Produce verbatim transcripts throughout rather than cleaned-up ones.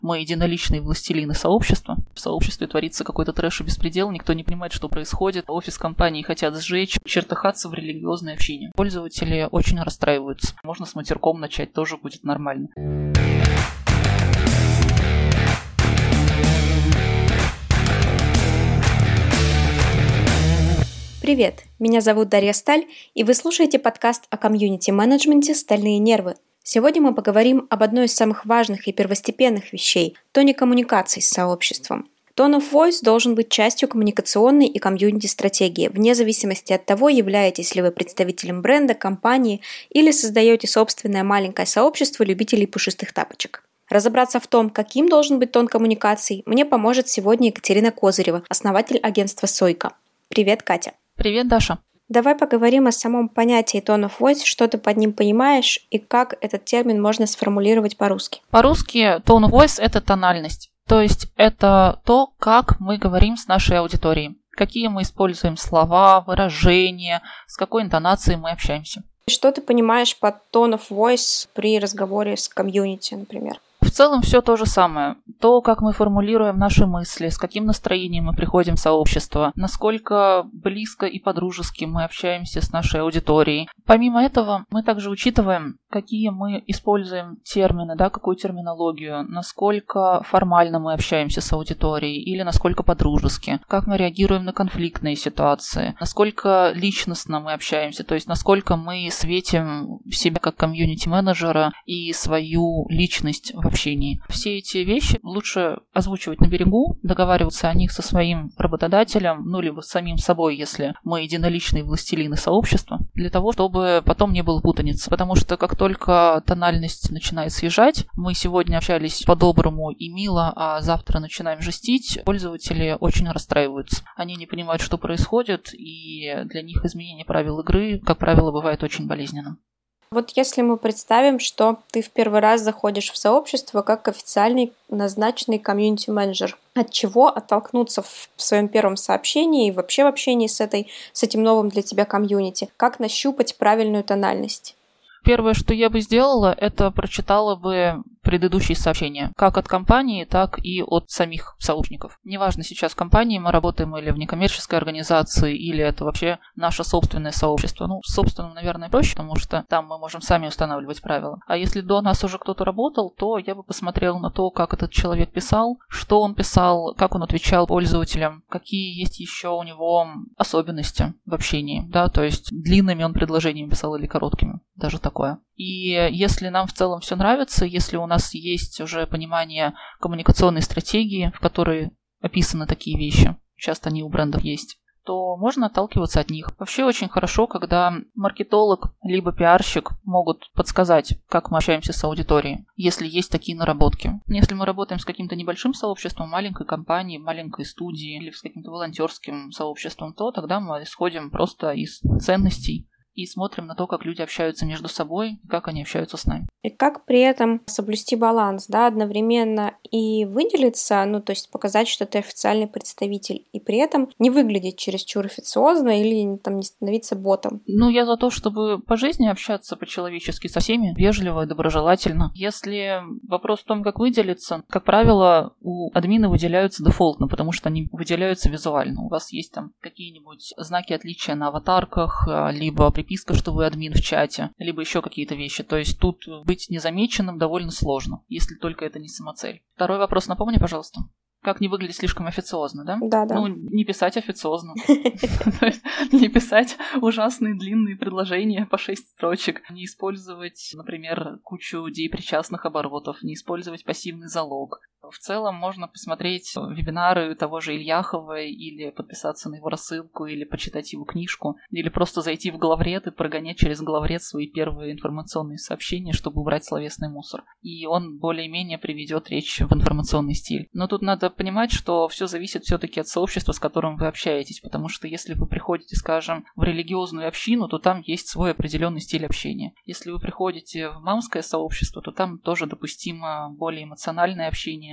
Мы единоличные властелины сообщества. В сообществе творится какой-то трэш и беспредел, никто не понимает, что происходит. Офис компании хотят сжечь, чертыхаться в религиозное общение. Пользователи очень расстраиваются. Можно с матерком начать, тоже будет нормально. Привет, меня зовут Дарья Сталь, и вы слушаете подкаст о комьюнити-менеджменте «Стальные нервы». Сегодня мы поговорим об одной из самых важных и первостепенных вещей – тоне коммуникаций с сообществом. Tone of Voice должен быть частью коммуникационной и комьюнити-стратегии, вне зависимости от того, являетесь ли вы представителем бренда, компании или создаете собственное маленькое сообщество любителей пушистых тапочек. Разобраться в том, каким должен быть тон коммуникаций, мне поможет сегодня Екатерина Козырева, основатель агентства «Сойка». Привет, Катя. Привет, Даша. Давай поговорим о самом понятии tone of voice, что ты под ним понимаешь и как этот термин можно сформулировать по-русски. По-русски tone of voice – это тональность, то есть это то, как мы говорим с нашей аудиторией, какие мы используем слова, выражения, с какой интонацией мы общаемся. Что ты понимаешь под tone of voice при разговоре с комьюнити, например? В целом все то же самое. То, как мы формулируем наши мысли, с каким настроением мы приходим в сообщество, насколько близко и по-дружески мы общаемся с нашей аудиторией. Помимо этого, мы также учитываем, какие мы используем термины, да, какую терминологию, насколько формально мы общаемся с аудиторией или насколько по-дружески, как мы реагируем на конфликтные ситуации, насколько личностно мы общаемся, то есть насколько мы светим себя как комьюнити-менеджера и свою личность в общении. Все эти вещи лучше озвучивать на берегу, договариваться о них со своим работодателем, ну, либо с самим собой, если мы единоличные властелины сообщества, для того, чтобы потом не было путаницы. Потому что как только тональность начинает съезжать, мы сегодня общались по-доброму и мило, а завтра начинаем жестить, пользователи очень расстраиваются. Они не понимают, что происходит, и для них изменение правил игры, как правило, бывает очень болезненным. Вот если мы представим, что ты в первый раз заходишь в сообщество как официальный назначенный комьюнити-менеджер, от чего оттолкнуться в своем первом сообщении и вообще в общении с, этой, с этим новым для тебя комьюнити? Как нащупать правильную тональность? Первое, что я бы сделала, это прочитала бы предыдущие сообщения, как от компании, так и от самих сообщников. Неважно, сейчас в компании мы работаем или в некоммерческой организации, или это вообще наше собственное сообщество. Ну, собственно, наверное, проще, потому что там мы можем сами устанавливать правила. А если до нас уже кто-то работал, то я бы посмотрела на то, как этот человек писал, что он писал, как он отвечал пользователям, какие есть еще у него особенности в общении, да, то есть длинными он предложениями писал или короткими, даже такое. И если нам в целом все нравится, если у нас есть уже понимание коммуникационной стратегии, в которой описаны такие вещи, часто они у брендов есть, то можно отталкиваться от них. Вообще очень хорошо, когда маркетолог либо пиарщик могут подсказать, как мы общаемся с аудиторией, если есть такие наработки. Если мы работаем с каким-то небольшим сообществом, маленькой компанией, маленькой студией или с каким-то волонтерским сообществом, то тогда мы исходим просто из ценностей и смотрим на то, как люди общаются между собой, и как они общаются с нами. И как при этом соблюсти баланс, да, одновременно и выделиться, ну, то есть показать, что ты официальный представитель, и при этом не выглядеть чересчур официозно или там не становиться ботом. Ну, я за то, чтобы по жизни общаться по-человечески со всеми, вежливо и доброжелательно. Если вопрос в том, как выделиться, как правило, у админа выделяются дефолтно, потому что они выделяются визуально. У вас есть там какие-нибудь знаки отличия на аватарках, либо приписка, что вы админ в чате, либо еще какие-то вещи. То есть тут быть незамеченным довольно сложно, если только это не самоцель. Второй вопрос напомни, пожалуйста. Как не выглядеть слишком официозно, да? Да, да. Ну, не писать официозно. Не писать ужасные длинные предложения по шесть строчек. Не использовать, например, кучу деепричастных оборотов. Не использовать пассивный залог. В целом можно посмотреть вебинары того же Ильяхова или подписаться на его рассылку, или почитать его книжку, или просто зайти в главред и прогонять через главред свои первые информационные сообщения, чтобы убрать словесный мусор. И он более-менее приведет речь в информационный стиль. Но тут надо понимать, что все зависит все-таки от сообщества, с которым вы общаетесь, потому что если вы приходите, скажем, в религиозную общину, то там есть свой определенный стиль общения. Если вы приходите в мамское сообщество, то там тоже допустимо более эмоциональное общение,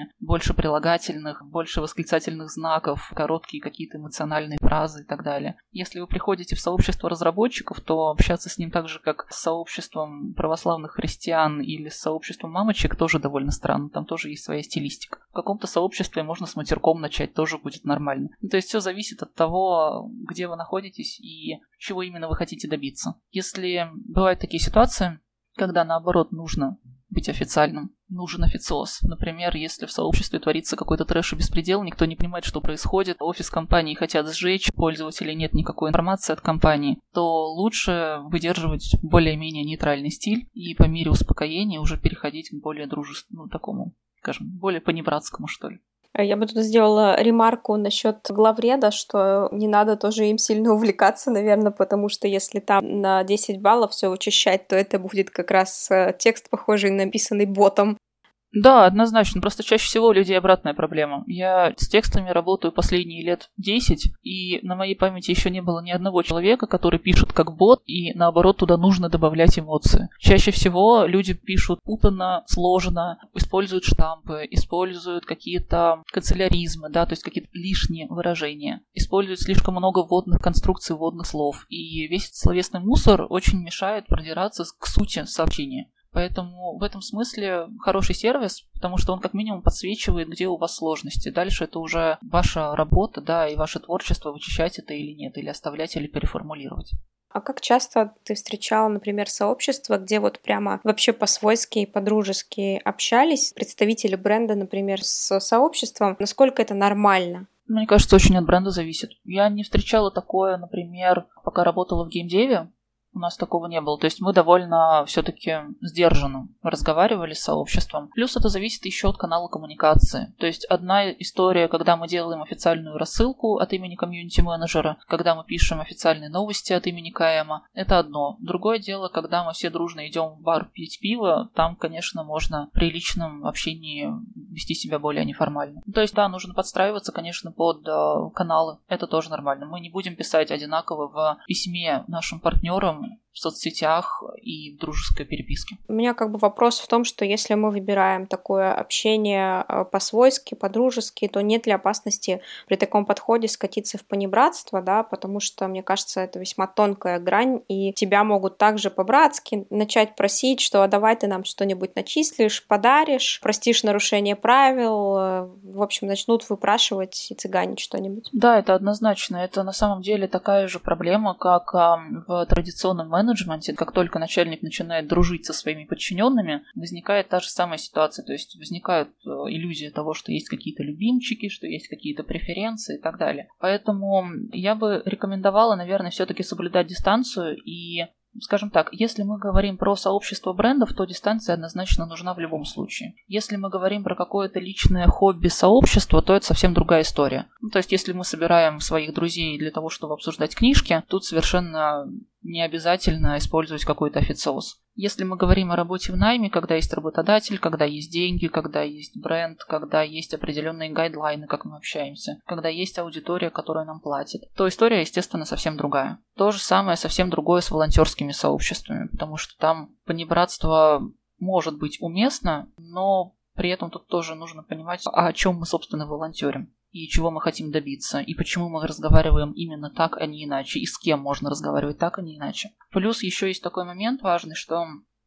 словами, больше прилагательных, больше восклицательных знаков, короткие какие-то эмоциональные фразы и так далее. Если вы приходите в сообщество разработчиков, то общаться с ним так же, как с сообществом православных христиан или с сообществом мамочек, тоже довольно странно. Там тоже есть своя стилистика. В каком-то сообществе можно с матерком начать, тоже будет нормально. Ну, то есть все зависит от того, где вы находитесь и чего именно вы хотите добиться. Если бывают такие ситуации, когда наоборот нужно быть официальным, нужен официоз. Например, если в сообществе творится какой-то трэш и беспредел, никто не понимает, что происходит, офис компании хотят сжечь, пользователей нет никакой информации от компании, то лучше выдерживать более-менее нейтральный стиль и по мере успокоения уже переходить к более дружественному, ну, такому, скажем, более по-небратскому, что ли. Я бы тут сделала ремарку насчет главреда, что не надо тоже им сильно увлекаться, наверное, потому что если там на десять баллов все вычищать, то это будет как раз текст, похожий, написанный ботом. Да, однозначно. Просто чаще всего у людей обратная проблема. Я с текстами работаю последние лет десять, и на моей памяти еще не было ни одного человека, который пишет как бот, и наоборот туда нужно добавлять эмоции. Чаще всего люди пишут путанно, сложно, используют штампы, используют какие-то канцеляризмы, да, то есть какие-то лишние выражения, используют слишком много вводных конструкций, вводных слов, и весь этот словесный мусор очень мешает продираться к сути сообщения. Поэтому в этом смысле хороший сервис, потому что он как минимум подсвечивает, где у вас сложности. Дальше это уже ваша работа, да, и ваше творчество, вычищать это или нет, или оставлять, или переформулировать. А как часто ты встречала, например, сообщество, где вот прямо вообще по-свойски и по-дружески общались представители бренда, например, с сообществом? Насколько это нормально? Мне кажется, очень от бренда зависит. Я не встречала такое, например, пока работала в геймдеве. У нас такого не было. То есть мы довольно все-таки сдержанно разговаривали с сообществом. Плюс это зависит еще от канала коммуникации. То есть одна история, когда мы делаем официальную рассылку от имени комьюнити-менеджера, когда мы пишем официальные новости от имени КМа, это одно. Другое дело, когда мы все дружно идем в бар пить пиво, там, конечно, можно при личном общении вести себя более неформально. То есть, да, нужно подстраиваться, конечно, под э, каналы. Это тоже нормально. Мы не будем писать одинаково в письме нашим партнерам, в соцсетях и в дружеской переписке. У меня как бы вопрос в том, что если мы выбираем такое общение по-свойски, по-дружески, то нет ли опасности при таком подходе скатиться в понебратство, да, потому что, мне кажется, это весьма тонкая грань, и тебя могут также по-братски начать просить, что а давай ты нам что-нибудь начислишь, подаришь, простишь нарушение правил, в общем, начнут выпрашивать и цыганить что-нибудь. Да, это однозначно. Это на самом деле такая же проблема, как в традиционном менеджменте. Как только начальник начинает дружить со своими подчиненными, возникает та же самая ситуация. То есть возникает иллюзия того, что есть какие-то любимчики, что есть какие-то преференции и так далее. Поэтому я бы рекомендовала, наверное, все-таки соблюдать дистанцию и, скажем так, если мы говорим про сообщество брендов, то дистанция однозначно нужна в любом случае. Если мы говорим про какое-то личное хобби сообщества, то это совсем другая история. Ну, то есть если мы собираем своих друзей для того, чтобы обсуждать книжки, тут совершенно не обязательно использовать какой-то официоз. Если мы говорим о работе в найме, когда есть работодатель, когда есть деньги, когда есть бренд, когда есть определенные гайдлайны, как мы общаемся, когда есть аудитория, которая нам платит, то история, естественно, совсем другая. То же самое, совсем другое с волонтерскими сообществами, потому что там понебратство может быть уместно, но при этом тут тоже нужно понимать, о чем мы, собственно, волонтерим. И чего мы хотим добиться, и почему мы разговариваем именно так, а не иначе, и с кем можно разговаривать так, а не иначе. Плюс еще есть такой момент важный, что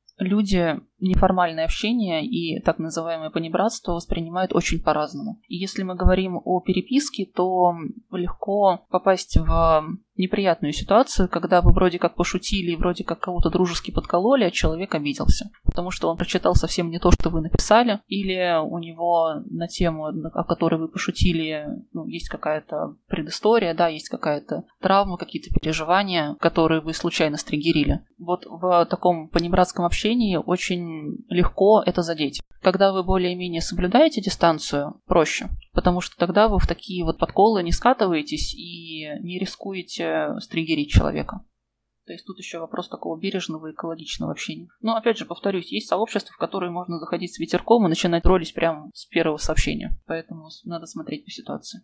люди неформальное общение и так называемое понебратство воспринимают очень по-разному. И если мы говорим о переписке, то легко попасть в неприятную ситуацию, когда вы вроде как пошутили и вроде как кого-то дружески подкололи, а человек обиделся. Потому что он прочитал совсем не то, что вы написали, или у него на тему, о которой вы пошутили, ну, есть какая-то предыстория, да, есть какая-то травма, какие-то переживания, которые вы случайно стригерили. Вот в таком понебратском общении очень легко это задеть. Когда вы более-менее соблюдаете дистанцию, проще, потому что тогда вы в такие вот подколы не скатываетесь и не рискуете стригерить человека. То есть тут еще вопрос такого бережного и экологичного общения. Но опять же, повторюсь, есть сообщества, в которые можно заходить с ветерком и начинать троллить прямо с первого сообщения. Поэтому надо смотреть по ситуации.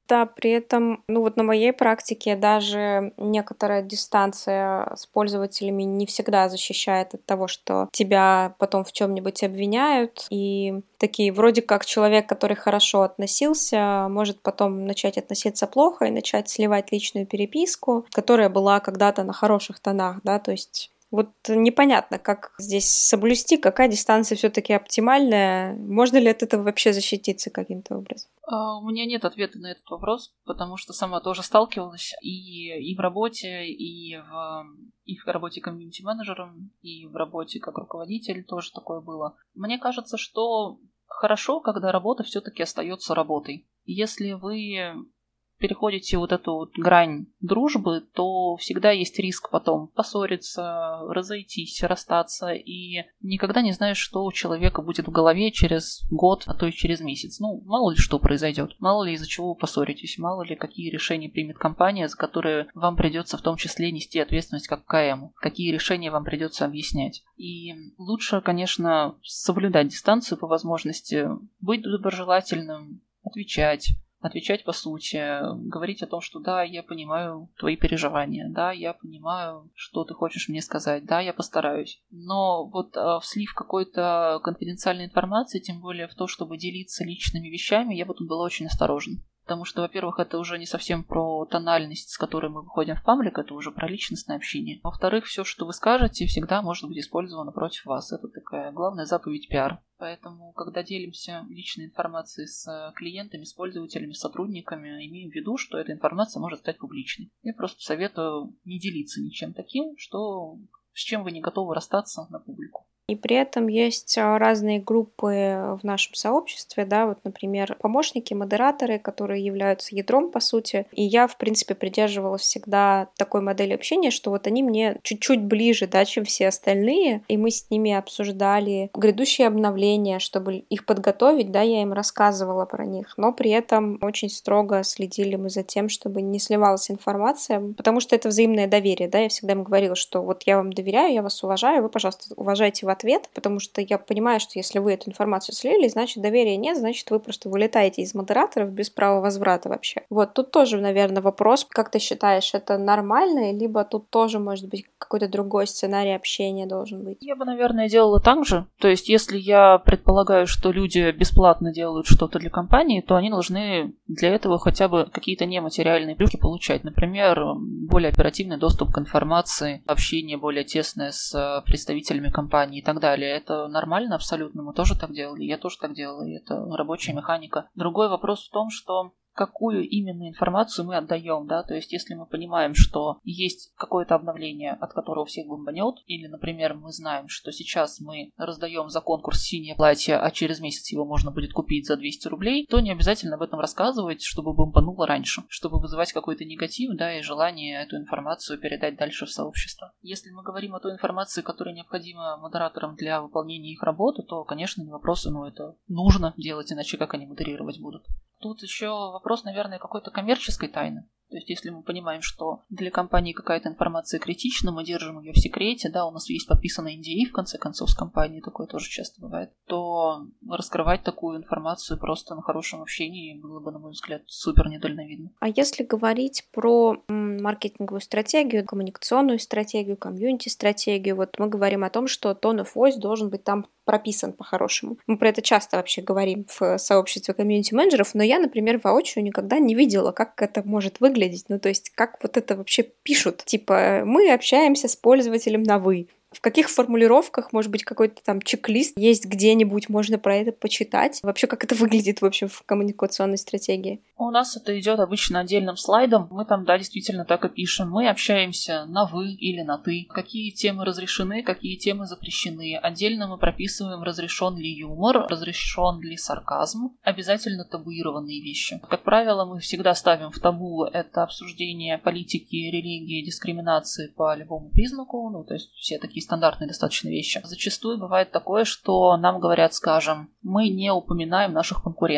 Да, при этом, ну вот на моей практике даже некоторая дистанция с пользователями не всегда защищает от того, что тебя потом в чем-нибудь обвиняют. И такие, вроде как человек, который хорошо относился, может потом начать относиться плохо и начать сливать личную переписку, которая была когда-то на хороших тонах, да, то есть вот непонятно, как здесь соблюсти, какая дистанция все-таки оптимальная, можно ли от этого вообще защититься каким-то образом? У меня нет ответа на этот вопрос, потому что сама тоже сталкивалась и, и в работе, и в, и в работе комьюнити-менеджером, и в работе как руководитель тоже такое было. Мне кажется, что хорошо, когда работа все-таки остается работой. Если вы переходите вот эту вот грань дружбы, то всегда есть риск потом поссориться, разойтись, расстаться, и никогда не знаешь, что у человека будет в голове через год, а то и через месяц. Ну, мало ли что произойдет, мало ли из-за чего вы поссоритесь, мало ли какие решения примет компания, за которые вам придется в том числе нести ответственность как КМу, какие решения вам придется объяснять. И лучше, конечно, соблюдать дистанцию по возможности, быть доброжелательным, отвечать, Отвечать по сути, говорить о том, что да, я понимаю твои переживания, да, я понимаю, что ты хочешь мне сказать, да, я постараюсь. Но вот э, в слив какой-то конфиденциальной информации, тем более в то, чтобы делиться личными вещами, я бы тут была очень осторожна. Потому что, во-первых, это уже не совсем про тональность, с которой мы выходим в паблик, это уже про личностное общение. Во-вторых, все, что вы скажете, всегда может быть использовано против вас. Это такая главная заповедь пиар. Поэтому, когда делимся личной информацией с клиентами, с пользователями, с сотрудниками, имеем в виду, что эта информация может стать публичной. Я просто советую не делиться ничем таким, что, с чем вы не готовы расстаться на публику. И при этом есть разные группы в нашем сообществе, да, вот, например, помощники, модераторы, которые являются ядром, по сути. И я, в принципе, придерживалась всегда такой модели общения, что вот они мне чуть-чуть ближе, да, чем все остальные, и мы с ними обсуждали грядущие обновления, чтобы их подготовить, да, я им рассказывала про них, но при этом очень строго следили мы за тем, чтобы не сливалась информация, потому что это взаимное доверие, да, я всегда им говорила, что вот я вам доверяю, я вас уважаю, вы, пожалуйста, уважайте в ответ, потому что я понимаю, что если вы эту информацию слили, значит, доверия нет, значит, вы просто вылетаете из модераторов без права возврата вообще. Вот, тут тоже, наверное, вопрос, как ты считаешь, это нормально, либо тут тоже, может быть, какой-то другой сценарий общения должен быть? Я бы, наверное, делала так же. То есть, если я предполагаю, что люди бесплатно делают что-то для компании, то они должны для этого хотя бы какие-то нематериальные плюшки получать. Например, более оперативный доступ к информации, общение более тесное с представителями компании и так далее. Это нормально абсолютно. Мы тоже так делали. Я тоже так делала. И это рабочая механика. Другой вопрос в том, что какую именно информацию мы отдаем, да, то есть если мы понимаем, что есть какое-то обновление, от которого всех бомбанет, или, например, мы знаем, что сейчас мы раздаем за конкурс синее платье, а через месяц его можно будет купить за двести рублей, то не обязательно об этом рассказывать, чтобы бомбануло раньше, чтобы вызывать какой-то негатив, да, и желание эту информацию передать дальше в сообщество. Если мы говорим о той информации, которая необходима модераторам для выполнения их работы, то, конечно, не вопрос, но это нужно делать, иначе как они модерировать будут. Тут еще вопрос, наверное, какой-то коммерческой тайны. То есть, если мы понимаем, что для компании какая-то информация критична, мы держим ее в секрете, да, у нас есть подписанный эн ди эй, в конце концов, с компанией, такое тоже часто бывает, то раскрывать такую информацию просто на хорошем общении было бы, на мой взгляд, супер недальновидно. А если говорить про маркетинговую стратегию, коммуникационную стратегию, комьюнити-стратегию, вот мы говорим о том, что tone of voice должен быть там прописан по-хорошему. Мы про это часто вообще говорим в сообществе комьюнити-менеджеров, но я, например, воочию никогда не видела, как это может выглядеть. Ну, то есть, как вот это вообще пишут. Типа, мы общаемся с пользователем на «вы». В каких формулировках, может быть, какой-то там чек-лист есть где-нибудь, можно про это почитать? Вообще, как это выглядит вообще в коммуникационной стратегии? У нас это идет обычно отдельным слайдом. Мы там, да, действительно так и пишем. Мы общаемся на «вы» или на «ты». Какие темы разрешены, какие темы запрещены. Отдельно мы прописываем, разрешен ли юмор, разрешен ли сарказм. Обязательно табуированные вещи. Как правило, мы всегда ставим в табу это обсуждение политики, религии, дискриминации по любому признаку. Ну, то есть все такие стандартные достаточно вещи. Зачастую бывает такое, что нам говорят, скажем, мы не упоминаем наших конкурентов.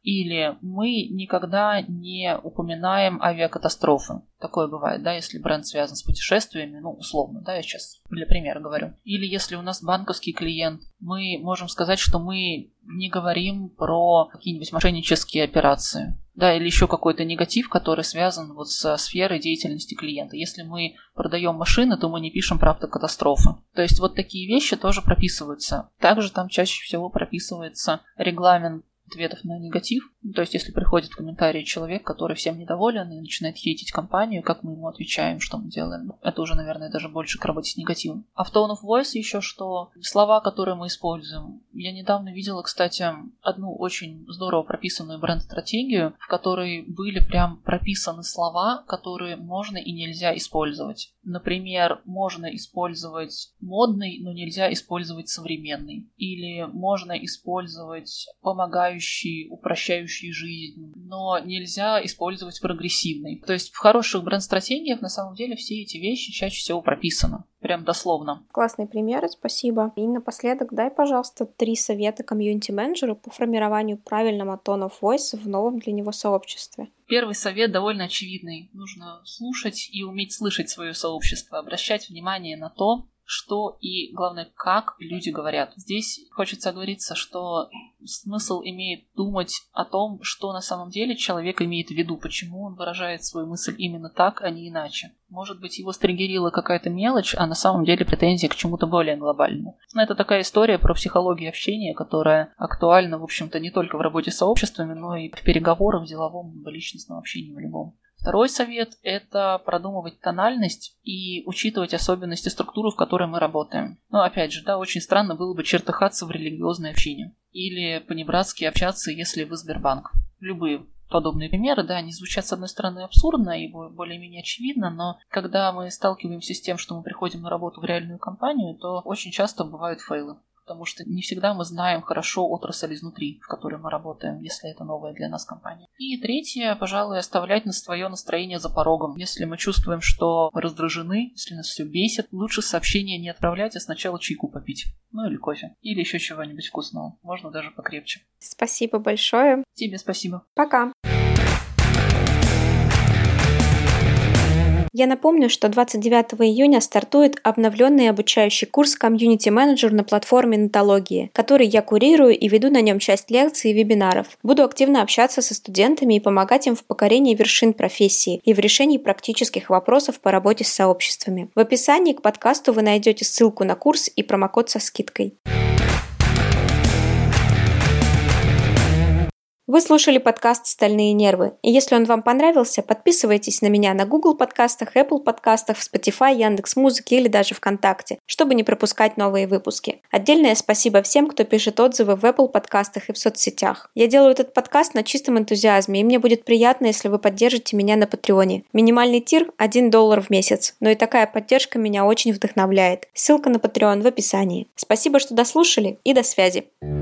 Или мы никогда не упоминаем авиакатастрофы. Такое бывает, да, если бренд связан с путешествиями, ну, условно, да, я сейчас для примера говорю. Или если у нас банковский клиент, мы можем сказать, что мы не говорим про какие-нибудь мошеннические операции, да, или еще какой-то негатив, который связан вот со сферой деятельности клиента. Если мы продаем машины, то мы не пишем про автокатастрофы. То есть вот такие вещи тоже прописываются. Также там чаще всего прописывается регламент ответов на негатив. То есть, если приходит в комментарии человек, который всем недоволен и начинает хейтить компанию, как мы ему отвечаем, что мы делаем. Это уже, наверное, даже больше к работе с негативом. А в Tone of Voice еще что? Слова, которые мы используем. Я недавно видела, кстати, одну очень здорово прописанную бренд-стратегию, в которой были прям прописаны слова, которые можно и нельзя использовать. Например, можно использовать модный, но нельзя использовать современный. Или можно использовать помогающий, упрощающий жизнь, но нельзя использовать прогрессивный. То есть в хороших бренд-стратегиях на самом деле все эти вещи чаще всего прописаны. Прям дословно. Классные примеры, спасибо. И напоследок дай, пожалуйста, три совета комьюнити-менеджеру по формированию правильного tone of voice в новом для него сообществе. Первый совет довольно очевидный. Нужно слушать и уметь слышать свое сообщество, обращать внимание на то, что и, главное, как люди говорят. Здесь хочется оговориться, что смысл имеет думать о том, что на самом деле человек имеет в виду, почему он выражает свою мысль именно так, а не иначе. Может быть, его стригерила какая-то мелочь, а на самом деле претензия к чему-то более глобальному. Но это такая история про психологию общения, которая актуальна, в общем-то, не только в работе с сообществами, но и в переговорах, в деловом, в личностном общении, в любом. Второй совет – это продумывать тональность и учитывать особенности структуры, в которой мы работаем. Но опять же, да, очень странно было бы чертыхаться в религиозное общение. Или по-небратски общаться, если вы Сбербанк. Любые подобные примеры, да, они звучат, с одной стороны, абсурдно и более-менее очевидно, но когда мы сталкиваемся с тем, что мы приходим на работу в реальную компанию, то очень часто бывают фейлы. Потому что не всегда мы знаем хорошо отрасль изнутри, в которой мы работаем, если это новая для нас компания. И третье, пожалуй, оставлять на свое настроение за порогом. Если мы чувствуем, что мы раздражены, если нас все бесит, лучше сообщение не отправлять, а сначала чайку попить. Ну или кофе. Или еще чего-нибудь вкусного. Можно даже покрепче. Спасибо большое. Тебе спасибо. Пока. Я напомню, что двадцать девятого июня стартует обновленный обучающий курс «Комьюнити-менеджер» на платформе Нотологии, который я курирую и веду на нем часть лекций и вебинаров. Буду активно общаться со студентами и помогать им в покорении вершин профессии и в решении практических вопросов по работе с сообществами. В описании к подкасту вы найдете ссылку на курс и промокод со скидкой. Вы слушали подкаст «Стальные нервы». И если он вам понравился, подписывайтесь на меня на Google подкастах, Apple подкастах, в Spotify, Яндекс.Музыке или даже ВКонтакте, чтобы не пропускать новые выпуски. Отдельное спасибо всем, кто пишет отзывы в Apple подкастах и в соцсетях. Я делаю этот подкаст на чистом энтузиазме, и мне будет приятно, если вы поддержите меня на Патреоне. Минимальный тир – один доллар в месяц, но и такая поддержка меня очень вдохновляет. Ссылка на Patreon в описании. Спасибо, что дослушали, и до связи.